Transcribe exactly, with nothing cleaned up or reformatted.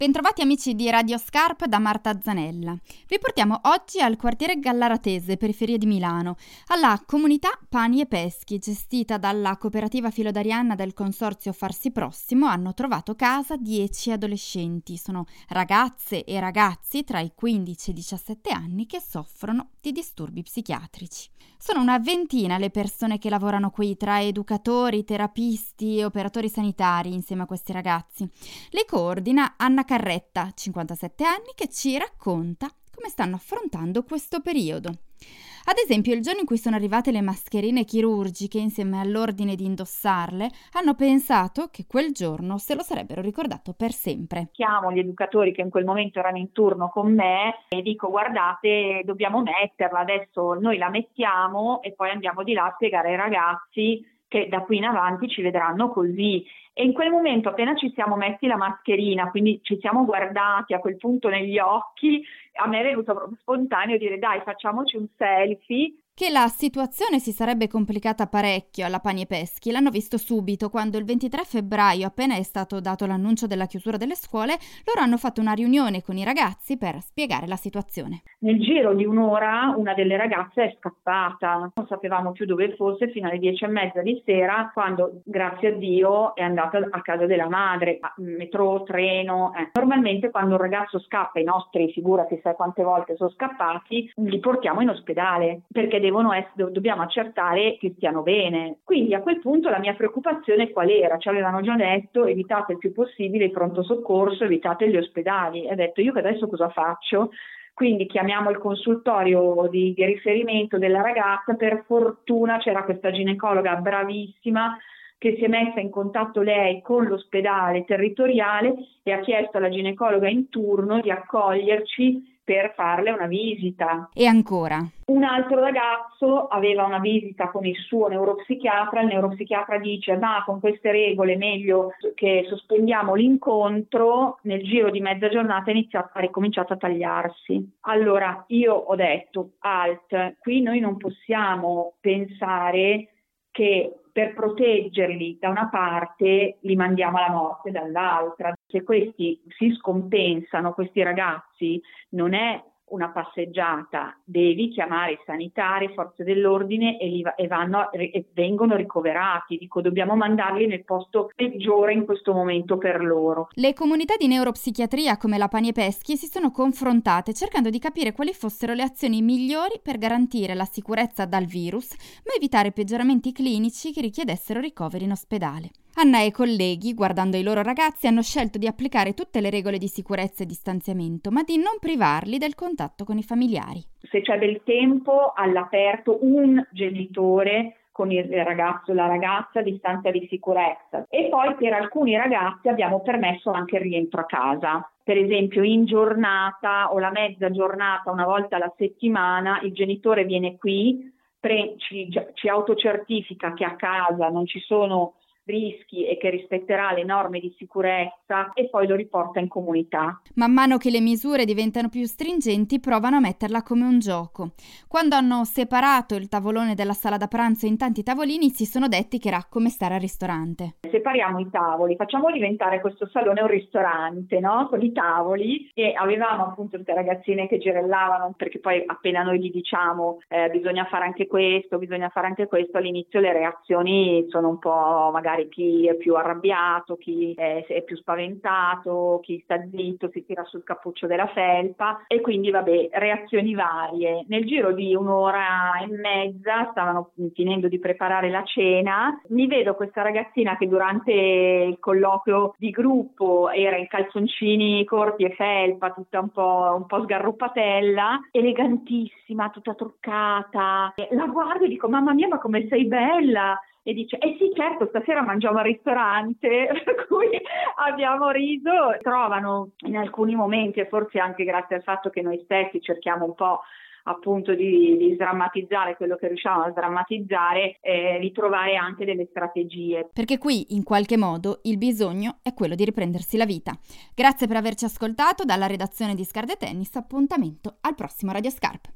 Bentrovati amici di Radio Scarp da Marta Zanella. Vi portiamo oggi al quartiere Gallaratese, periferia di Milano, alla comunità Pani e Peschi, gestita dalla cooperativa Filodariana del consorzio Farsi Prossimo. Hanno trovato casa dieci adolescenti. Sono ragazze e ragazzi tra i quindici e i diciassette anni che soffrono di disturbi psichiatrici. Sono una ventina le persone che lavorano qui, tra educatori, terapisti e operatori sanitari, insieme a questi ragazzi. Le coordina Anna Carretta, cinquantasette anni, che ci racconta come stanno affrontando questo periodo. Ad esempio, il giorno in cui sono arrivate le mascherine chirurgiche insieme all'ordine di indossarle, hanno pensato che quel giorno se lo sarebbero ricordato per sempre. Chiamo gli educatori che in quel momento erano in turno con me e dico: guardate, dobbiamo metterla, adesso noi la mettiamo e poi andiamo di là a spiegare ai ragazzi che da qui in avanti ci vedranno così. E in quel momento, appena ci siamo messi la mascherina, quindi ci siamo guardati a quel punto negli occhi, a me è venuto proprio spontaneo dire: dai, facciamoci un selfie. Che la situazione si sarebbe complicata parecchio alla Pani e Peschi l'hanno visto subito, quando il ventitré febbraio, appena è stato dato l'annuncio della chiusura delle scuole, loro hanno fatto una riunione con i ragazzi per spiegare la situazione. Nel giro di un'ora una delle ragazze è scappata, non sapevamo più dove fosse fino alle dieci e mezza di sera, quando grazie a Dio è andata a casa della madre, metro, treno. Eh. Normalmente quando un ragazzo scappa, i nostri, figurati sai quante volte sono scappati, li portiamo in ospedale perché devono essere, dobbiamo accertare che stiano bene. Quindi a quel punto la mia preoccupazione qual era? Ci avevano già detto: evitate il più possibile il pronto soccorso, evitate gli ospedali. E ho detto: io che adesso cosa faccio? Quindi chiamiamo il consultorio di, di riferimento della ragazza. Per fortuna c'era questa ginecologa bravissima che si è messa in contatto lei con l'ospedale territoriale e ha chiesto alla ginecologa in turno di accoglierci per farle una visita. E ancora? Un altro ragazzo aveva una visita con il suo neuropsichiatra, il neuropsichiatra dice: ma con queste regole è meglio che sospendiamo l'incontro. Nel giro di mezza giornata ha iniziato, ha ricominciato a tagliarsi. Allora io ho detto: alt, qui noi non possiamo pensare che per proteggerli da una parte li mandiamo alla morte dall'altra. Se questi si scompensano, questi ragazzi, non è una passeggiata, devi chiamare i sanitari, forze dell'ordine e, li va- e, vanno, e vengono ricoverati. Dico, dobbiamo mandarli nel posto peggiore in questo momento per loro. Le comunità di neuropsichiatria come la Pani e Peschi si sono confrontate cercando di capire quali fossero le azioni migliori per garantire la sicurezza dal virus, ma evitare peggioramenti clinici che richiedessero ricoveri in ospedale. Anna e i colleghi, guardando i loro ragazzi, hanno scelto di applicare tutte le regole di sicurezza e distanziamento, ma di non privarli del contatto con i familiari. Se c'è del tempo, all'aperto, un genitore con il ragazzo o la ragazza a distanza di sicurezza. E poi per alcuni ragazzi abbiamo permesso anche il rientro a casa. Per esempio in giornata o la mezza giornata, una volta alla settimana, il genitore viene qui, pre- ci, ci autocertifica che a casa non ci sono rischi e che rispetterà le norme di sicurezza e poi lo riporta in comunità. Man mano che le misure diventano più stringenti, provano a metterla come un gioco. Quando hanno separato il tavolone della sala da pranzo in tanti tavolini, si sono detti che era come stare al ristorante. Separiamo i tavoli, facciamo diventare questo salone un ristorante, no? Con i tavoli, e avevamo appunto queste ragazzine che girellavano, perché poi appena noi gli diciamo eh, bisogna fare anche questo, bisogna fare anche questo, all'inizio le reazioni sono un po' magari chi è più arrabbiato, chi è, è più spaventato, chi sta zitto, si tira sul cappuccio della felpa, e quindi vabbè, reazioni varie. Nel giro di un'ora e mezza stavano finendo di preparare la cena, mi vedo questa ragazzina che durante il colloquio di gruppo era in calzoncini corti e felpa, tutta un po', un po' sgarruppatella, elegantissima, tutta truccata. La guardo e dico: mamma mia, ma come sei bella! E dice: eh sì, certo, stasera mangiamo al ristorante, per cui abbiamo riso. Trovano in alcuni momenti, e forse anche grazie al fatto che noi stessi cerchiamo un po' appunto di, di sdrammatizzare quello che riusciamo a sdrammatizzare, eh, di trovare anche delle strategie. Perché qui, in qualche modo, il bisogno è quello di riprendersi la vita. Grazie per averci ascoltato. Dalla redazione di Scarpe Tennis, appuntamento al prossimo Radio Scarp.